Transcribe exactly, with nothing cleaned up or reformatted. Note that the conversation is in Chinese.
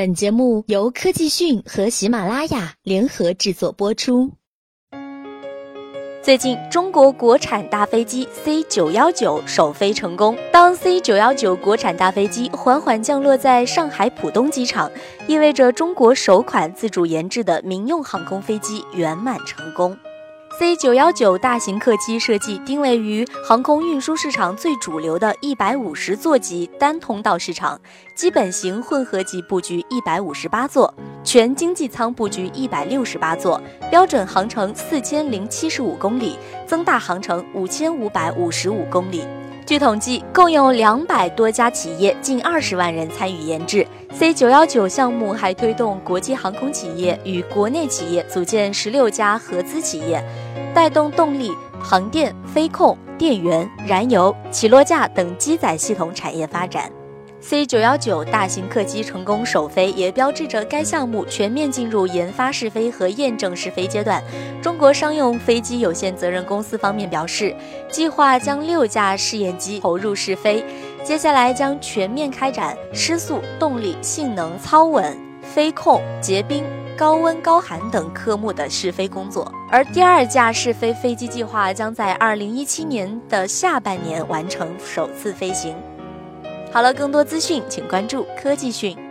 本节目由科技讯和喜马拉雅联合制作播出。 最近，中国国产大飞机 C 九一九首飞成功。当 C 九一九国产大飞机缓缓降落在上海浦东机场，意味着中国首款自主研制的民用航空飞机圆满成功。C 九一九大型客机设计定位于航空运输市场最主流的一百五十座级单通道市场，基本型混合级布局一百五十八座，全经济舱布局一百六十八座，标准航程四千零七十五公里，增大航程五千五百五十五公里。据统计，共有两百多家企业，近二十万人参与研制。C 九一九项目还推动国际航空企业与国内企业组建十六家合资企业，带动动力、航电、飞控、电源、燃油、起落架等机载系统产业发展。C 九一九大型客机成功首飞，也标志着该项目全面进入研发试飞和验证试飞阶段。中国商用飞机有限责任公司方面表示，计划将六架试验机投入试飞，接下来将全面开展失速、动力、性能、操稳、飞控、结冰、高温高寒等科目的试飞工作，而第二架试飞飞机计划将在二零一七年的下半年完成首次飞行。好了，更多资讯请关注科技讯。